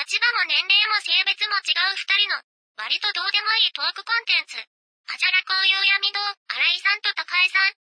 立場も年齢も性別も違う二人の、割とどうでもいいトークコンテンツ。あじゃら紅葉闇堂、新井さんと高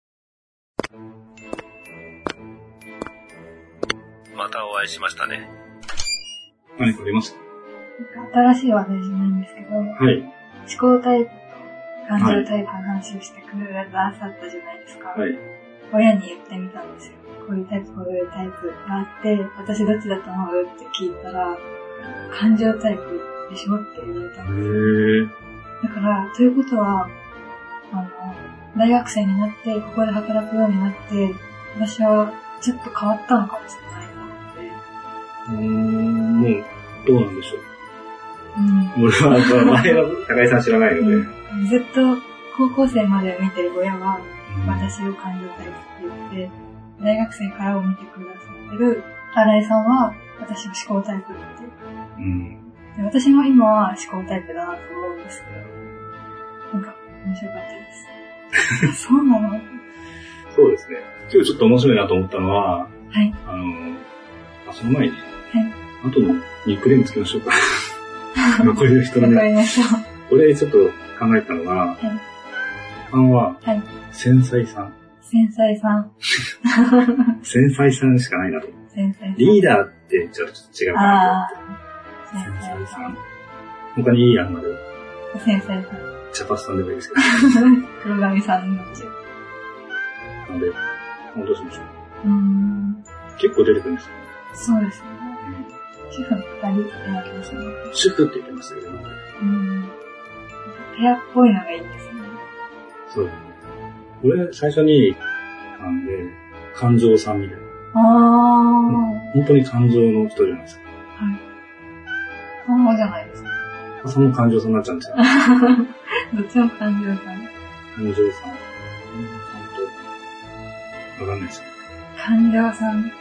井さん。またお会いしましたね。 何かありますか？ 新しい話題じゃないんですけど、 はい。 思考タイプと感情タイプの話をしてくれた朝だったじゃないですか。 はい。 親に言ってみたんですよ。こういうタイプ、こういうタイプがあって、私どっちだと思うって聞いたら、感情タイプでしょって言われたんですよ。だから、ということは、大学生になって、ここで働くようになって、私はちょっと変わったのかもしれないなって。 もう、どうなんでしょう。 うん。 俺は、前の高井さん知らないので。 ずっと高校生まで見てる親は、私を感情タイプって言って、大学生からを見てくださってる新井さんは、私を思考タイプって言う。で私も今は思考タイプだなと思うんですけど、なんか面白かったです。そうなの？ そうですね。今日ちょっと面白いなと思ったのは、 はい。 その前に、 はい。 あとのニックネームつけましょうか。残りの人のね。 残りの人。 これちょっと考えたのが、 はい。 さんは、 はい。 繊細さん。 繊細さん。 繊細さんしかないなと思う。 繊細さん。 リーダーってちょっと違うかなと思って。 繊繊細さん。 細さん。 他にいい案がある？ 繊細さん。 茶パスさんでもいいですけど。 黒髪さんのうち。 なんで、どうしましょう。結構出てくるんですよ。 そうですね。主婦二人って言ってましたね。 主婦って言ってましたけど。 ペアっぽいのがいいですね。 そうですね。俺、最初に、感情さんみたいな。本当に感情の人じゃないですか。 はい。そうじゃないですか。 その感情さんになっちゃうんですよ。 どっちも感情さん。 感情さん。わかんないですけど。 感情さん。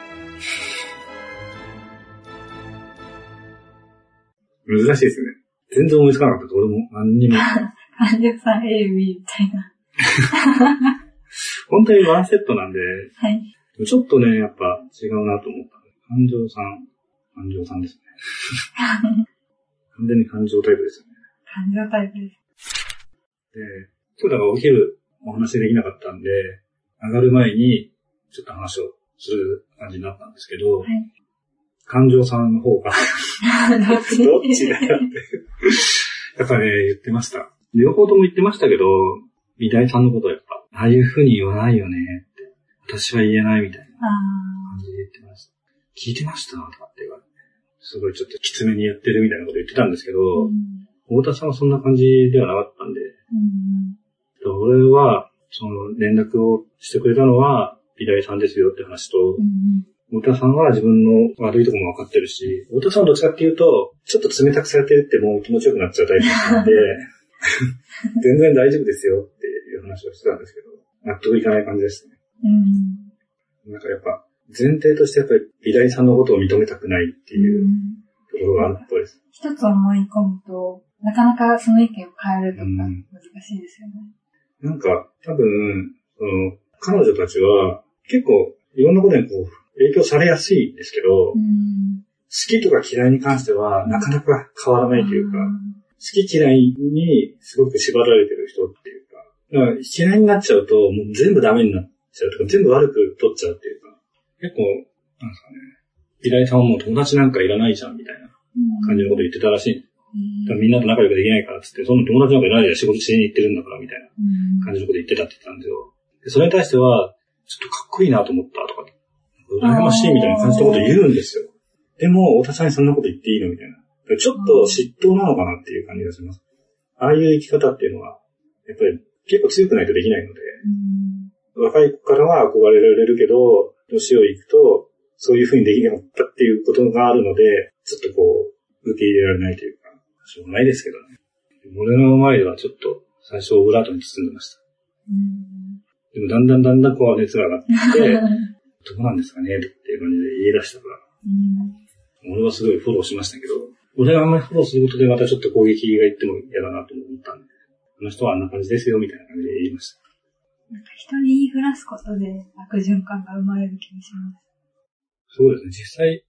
難しいですよね。全然思いつかなかった。俺も何にも。 感情さん A、B みたいな。 本当にワンセットなんで、 はい。 ちょっとね、やっぱ違うなと思った。感情さんですね。完全に感情タイプですよね。 感情タイプです。 で、今日だからお昼お話できなかったんで、上がる前にちょっと話をする感じになったんですけど、はい、感情さんの方がどっちだよってやっぱね、言ってました。両方とも言ってましたけど、美大さんのことはやっぱ、ああいう風に言わないよねって、私は言えないみたいな感じで言ってました。聞いてましたとかって言われて、すごいちょっときつめにやってるみたいなこと言ってたんですけど、太田さんはそんな感じではなかったんで、俺は、その連絡をしてくれたのは美大さんですよって話と、太田さんは自分の悪いところも分かってるし、太田さんはどっちかっていうと、ちょっと冷たくされてるってもう気持ちよくなっちゃうタイプなので、全然大丈夫ですよっていう話をしてたんですけど、納得いかない感じでしたね。なんかやっぱ、前提としてやっぱり美大さんのことを認めたくないっていうところがあるっぽいです。 一つ思い込むと、なかなかその意見を変えるとか難しいですよね。 なんか、多分、彼女たちは結構いろんなことにこう影響されやすいんですけど、好きとか嫌いに関してはなかなか変わらないというか、好き嫌いにすごく縛られてる人っていうか、だから嫌いになっちゃうともう全部ダメになっちゃうとか、全部悪く取っちゃうっていうか、結構、なんですかね、美大さんはもう友達なんかいらないじゃんみたいな感じのこと言ってたらしいんです。だからみんなと仲良くできないからっつって、その友達なんかいらないじゃん、仕事しに行ってるんだからみたいな感じのこと言ってたって言ったんですよ。でそれに対しては、ちょっとかっこいいなと思ったとか、羨ましいみたいな感じのこと言うんですよ。でも、太田さんにそんなこと言っていいのみたいな。ちょっと嫉妬なのかなっていう感じがします。ああいう生き方っていうのは、やっぱり結構強くないとできないので、若い子からは憧れられるけど、年を行くと、そういう風にできなかったっていうことがあるので、ちょっとこう、受け入れられないというか、しょうがないですけどね。俺の前ではちょっと最初オブラートに包んでました。でもだんだんこう熱が上がってきて、どうなんですかねっていう感じで言い出したから、俺はすごいフォローしましたけど、俺があんまりフォローすることでまたちょっと攻撃がいっても嫌だなと思ったんで、この人はあんな感じですよみたいな感じで言いました。 なんか人に言いふらすことで悪循環が生まれる気がします。 そうですね。実際、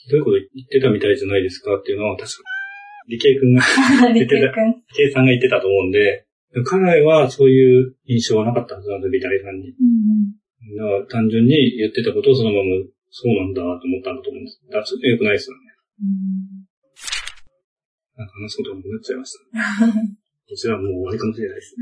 どういうこと言ってたみたいじゃないですかっていうのは、確か理系くんが言ってた、理系さんが言ってたと思うんで、彼はそういう印象はなかったはずなんで、ビタリさんに。だから単純に言ってたことをそのまま、そうなんだと思ったんだと思うんです。だからちょっと良くないですよね。なんか話すことがなくなっちゃいました、ね。こちらはもう終わりかもしれないです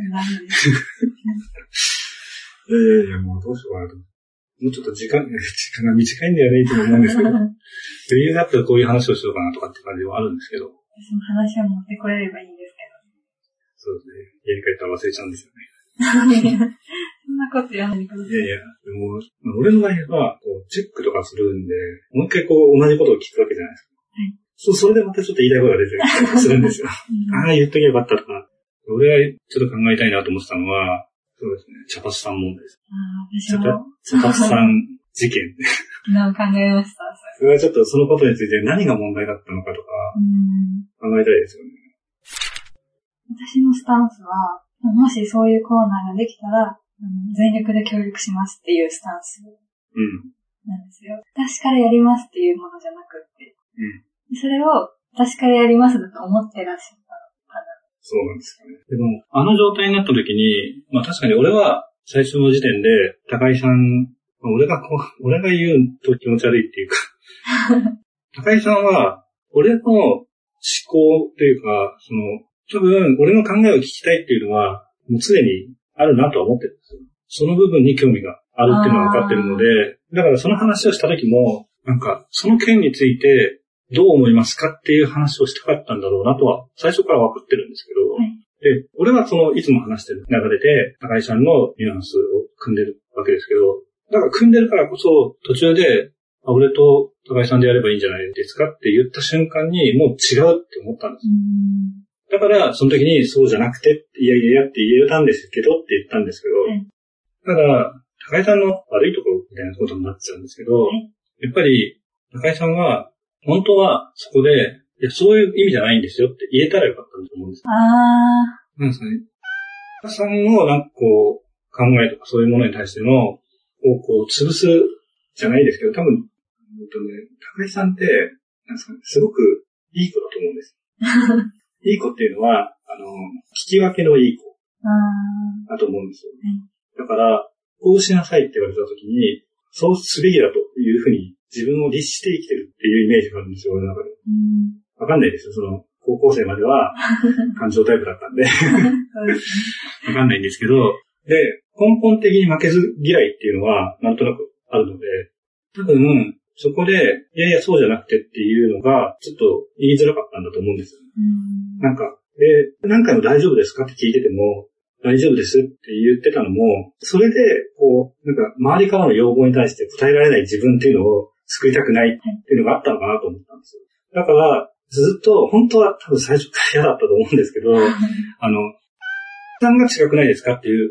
ね。もうどうしようかなと。もうちょっと時間が短いんだよね、いつも思うんですけど。余裕だったらこういう話をしようかなとかって感じはあるんですけど。 その話を持ってこれればいいんですけど。 そうですね。家に帰ったら忘れちゃうんですよね。 そんなこと言わないでください。 いやいや、でも、俺の場合は、チェックとかするんで、もう一回同じことを聞くわけじゃないですか。はい。それでまたちょっと言いたいことが出てきたりするんですよ。ああ、言っとけばよかったとか。俺がちょっと考えたいなと思ってたのは、そうですね、茶髪さん問題です。 私も。 茶髪さん事件。 昨日考えました。 それはちょっとそのことについて何が問題だったのかとか、考えたいですよね。 私のスタンスは、もしそういうコーナーができたら、全力で協力しますっていうスタンスなんですよ。私からやりますっていうものじゃなくって。それを私からやりますだと思ってらっしゃったのかな。 そうなんですかね。でも、あの状態になった時に、まあ確かに俺は最初の時点で、高井さん、俺が言うと気持ち悪いっていうか、高井さんは、俺の思考というか、多分、俺の考えを聞きたいっていうのは、もう常にあるなとは思ってるんですよ。その部分に興味があるっていうのは分かってるので、だからその話をした時も、なんか、その件についてどう思いますかっていう話をしたかったんだろうなとは、最初から分かってるんですけど、はい、で、俺はいつも話してる流れで、高井さんのニュアンスを組んでるわけですけど、だから組んでるからこそ、途中で、俺と高井さんでやればいいんじゃないですかって言った瞬間に、もう違うって思ったんです。だから、その時にそうじゃなくて、いやいやいやって言えたんですけどって言ったんですけど、ただ、高井さんの悪いところみたいなことになっちゃうんですけど、やっぱり、高井さんは、本当はそこで、いや、そういう意味じゃないんですよって言えたらよかったんだと思うんです。なんですかね。高井さんの考えとかそういうものに対しての、潰すじゃないですけど、多分、高井さんって、なんですかね、すごくいい子だと思うんです。いい子っていうのは、聞き分けのいい子だと思うんですよ。だから、こうしなさいって言われたときに、そうすべきだというふうに自分を律して生きてるっていうイメージがあるんですよ、俺の中で。わかんないですよ、高校生までは感情タイプだったんで。わかんないんですけど、で、根本的に負けず嫌いっていうのは、なんとなくあるので、多分、そこで、いやいや、そうじゃなくてっていうのが、ちょっと言いづらかったんだと思うんですよ。なんか、何回も大丈夫ですかって聞いてても、大丈夫ですって言ってたのも、それで、なんか、周りからの要望に対して答えられない自分っていうのを救いたくないっていうのがあったのかなと思ったんですよ。だから、ずっと、本当は多分最初から嫌だったと思うんですけど、さんが違くないですかっていう、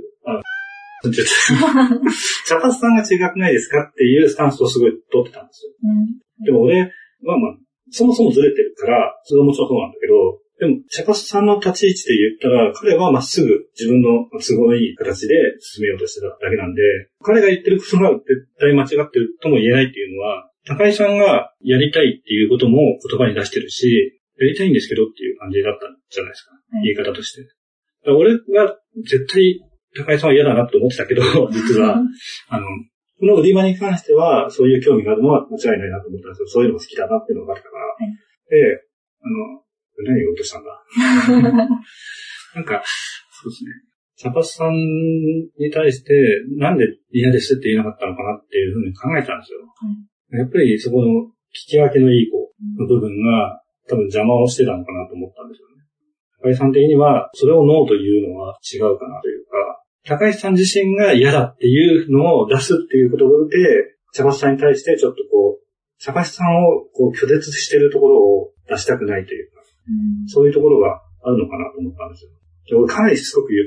茶髪さんが違くないですかっていうスタンスをすごい取ってたんですよ。でも俺はそもそもずれてるから、それはもちろんそうなんだけど、でも茶髪さんの立ち位置で言ったら、彼はまっすぐ自分の都合のいい形で進めようとしてただけなんで、彼が言ってることが絶対間違ってるとも言えないっていうのは、高井さんがやりたいっていうことも言葉に出してるし、やりたいんですけどっていう感じだったんじゃないですか。言い方として。俺が絶対高井さんは嫌だなと思ってたけど、実は、この売り場に関しては、そういう興味があるのは間違いないなと思ったんですよ。そういうのが好きだなっていうのがあったから。で、何を言おうとしたんだなんか、そうですね。茶髪さんに対して、なんで嫌ですって言えなかったのかなっていうふうに考えたんですよ。やっぱりそこの聞き分けのいい子の部分が多分邪魔をしてたのかなと思ったんですよね。高井さん的には、それをノーというのは違うかなというか、高井さん自身が嫌だっていうのを出すっていうことで、茶髪さんに対してちょっと茶髪さんを拒絶してるところを出したくないというか、そういうところがあるのかなと思ったんですよ。俺かなりしつこく言って、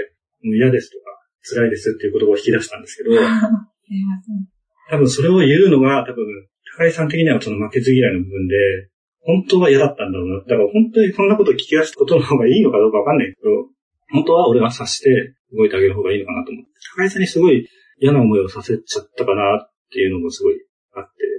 もう嫌ですとか、辛いですっていう言葉を引き出したんですけど、多分それを言うのが高井さん的にはその負けず嫌いの部分で、本当は嫌だったんだろうな。だから本当にそんなことを聞き出すことの方がいいのかどうかわかんないけど、本当は俺が察して動いてあげる方がいいのかなと思って。高井さんにすごい嫌な思いをさせちゃったかなっていうのもすごいあって。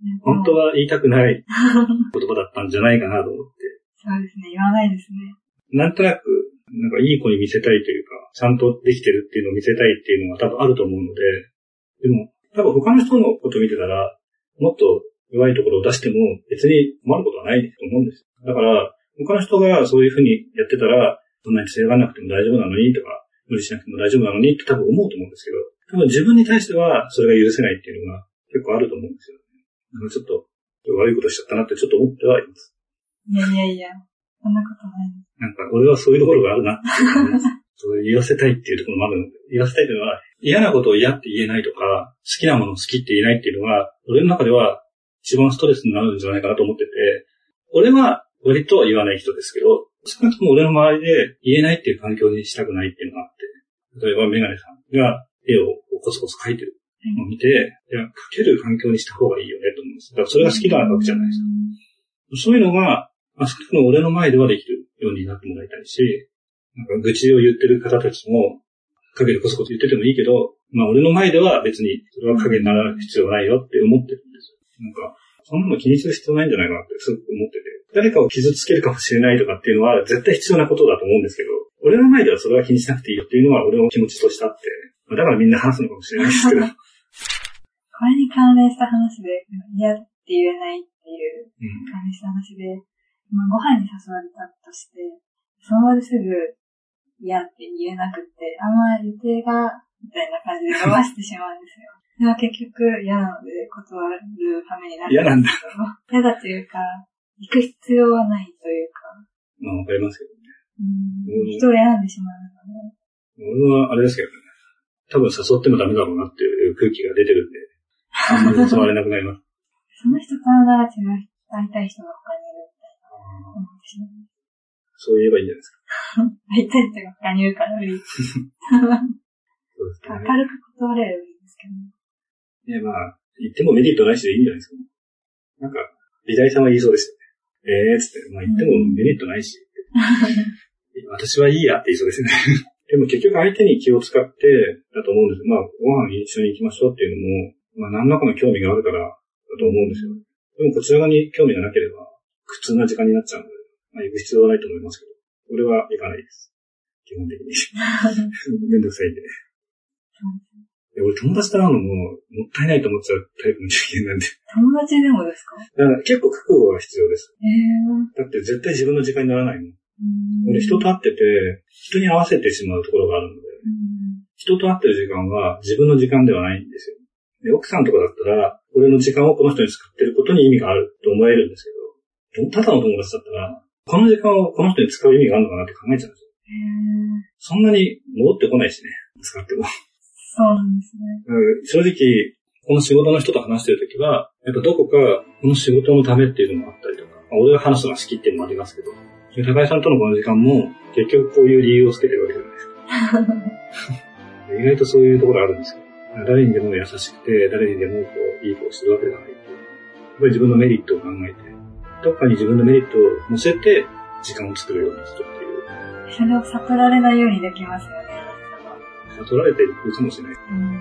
本当は言いたくない言葉だったんじゃないかなと思って。 そうですね、言わないですね。 なんとなく、なんかいい子に見せたいというか、ちゃんとできてるっていうのを見せたいっていうのが多分あると思うので、でも、多分他の人のことを見てたら、もっと弱いところを出しても別に困ることはないと思うんですよ。だから、他の人がそういう風にやってたら、そんなに強がらなくても大丈夫なのにとか、無理しなくても大丈夫なのにって多分思うと思うんですけど、多分自分に対してはそれが許せないっていうのが結構あると思うんですよ。ちょっと悪いことしちゃったなってちょっと思ってはいます。 いや、そんなことない。 なんか俺はそういうところがあるなってそう言わせたいっていうところもあるので、言わせたいというのは嫌なことを嫌って言えないとか、好きなものを好きって言えないっていうのは、俺の中では一番ストレスになるんじゃないかなと思ってて、俺は割とは言わない人ですけど、少なくとも俺の周りで言えないっていう環境にしたくないっていうのがあって、例えばメガネさんが絵をコツコツ描いてるのを見て、いや、描ける環境にした方がいいよねと思うんです。だからそれが好きなわけじゃないですか。そういうのが、少なくとも俺の前ではできるようになってもらいたいし、なんか愚痴を言ってる方たちも、影でコツコツ言っててもいいけど、俺の前では別にそれは影にならなく必要はないよって思ってるんですよ。なんか、そんなの気にする必要ないんじゃないかなってすごく思ってて。誰かを傷つけるかもしれないとかっていうのは絶対必要なことだと思うんですけど、俺の前ではそれは気にしなくていいよっていうのは俺の気持ちとしてあって、だからみんな話すのかもしれないですけど。これに関連した話で、嫌って言えないっていう関連した話で、ご飯に誘われたとして、その場ですぐ嫌って言えなくって、あんま予定が、みたいな感じで伸ばしてしまうんですよ。でも結局嫌なので断るためになるんですけど。嫌だというか、行く必要はないというか。 わかりますけどね。 人を選んでしまうので。俺はあれですけどね。多分誘ってもダメだろうなっていう空気が出てるんで、あんまり誘われなくなります。 その人となら違う会いたい人が他にいるみたいな思ってしまう。 そう言えばいいんじゃないですか。 会いたい人が他にいるから無理。そうですね、明るく断れればいいんですけど。 言ってもメリットないしでいいんじゃないですか。なんか、美大さんは言いそうですよね。つって、言ってもメリットないし。私はいいやって言いそうですよね。でも結局相手に気を使ってだと思うんです。ご飯一緒に行きましょうっていうのも、何らかの興味があるからだと思うんですよ。でもこちら側に興味がなければ、苦痛な時間になっちゃうので、行く必要はないと思いますけど、俺は行かないです。基本的に。めんどくさいんで。俺友達と会うのももったいないと思っちゃうタイプの人間なんで。 友達でもですか？ だから結構覚悟が必要です。だって絶対自分の時間にならないもん。俺人と会ってて、人に合わせてしまうところがあるので、人と会ってる時間は自分の時間ではないんですよ。で、奥さんとかだったら、俺の時間をこの人に使ってることに意味があると思えるんですけど、ただの友達だったら、この時間をこの人に使う意味があるのかなって考えちゃうんですよ。そんなに戻ってこないしね、使っても。 そうなんですね。 正直、この仕事の人と話してるときは、やっぱどこかこの仕事のためっていうのもあったりとか、俺が話すのが好きっていうのもありますけど、高井さんとのこの時間も結局こういう理由をつけてるわけじゃないですか。意外とそういうところあるんですよ。誰にでも優しくて、誰にでもいい子をするわけじゃないっていう。やっぱり自分のメリットを考えて、どっかに自分のメリットを乗せて時間を作るようにするっていう。 それを悟られないようにできますよね。 悟られているかもしれない。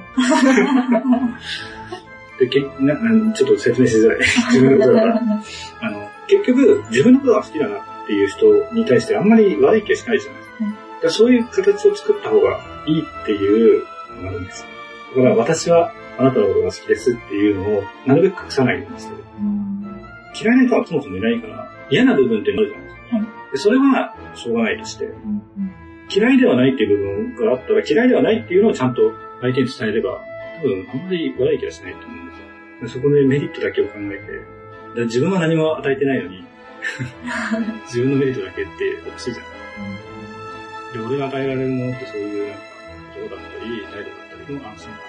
でちょっと説明しづらい。自分のことだから。結局、自分のことが好きだなっていう人に対してあんまり悪い気はしないじゃないですか。だからそういう形を作った方がいいっていうのがあるんですよ。だから私はあなたのことが好きですっていうのをなるべく隠さないようにしてる。嫌いな人はそもそもいないから、嫌な部分ってあるじゃないですか。でそれはしょうがないとして、嫌いではないっていう部分があったら、嫌いではないっていうのをちゃんと相手に伝えれば、多分あんまり悪い気はしないと思うんですよ。そこでメリットだけを考えて、自分は何も与えてないのに、自分のメリットだけっておかしいじゃない。で、俺が与えられるものってそういうなんか、ことだったり、態度だったりの安心感。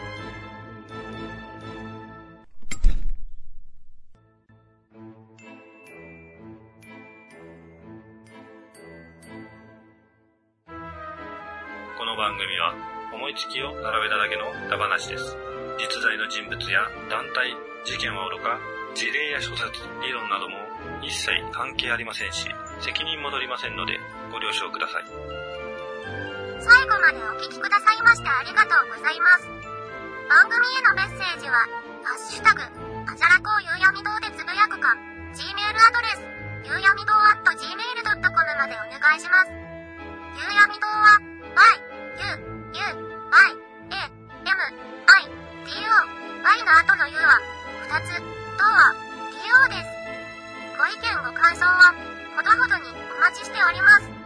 この番組は思いつきを並べただけのダ話です。実在の人物や団体、事件はおろか、事例や諸説、理論なども一切関係ありませんし、責任も取りませんのでご了承ください。 最後までお聞きくださいましてありがとうございます。番組へのメッセージは、ハッシュタグあじゃらこうゆうやみ堂でつぶやくか、Gmail アドレス、ゆうやみ堂@gmail.com までお願いします。ゆうやみ堂は、Y の後の U は、2つ、堂は、DO です。ご意見ご感想は、ほどほどにお待ちしております。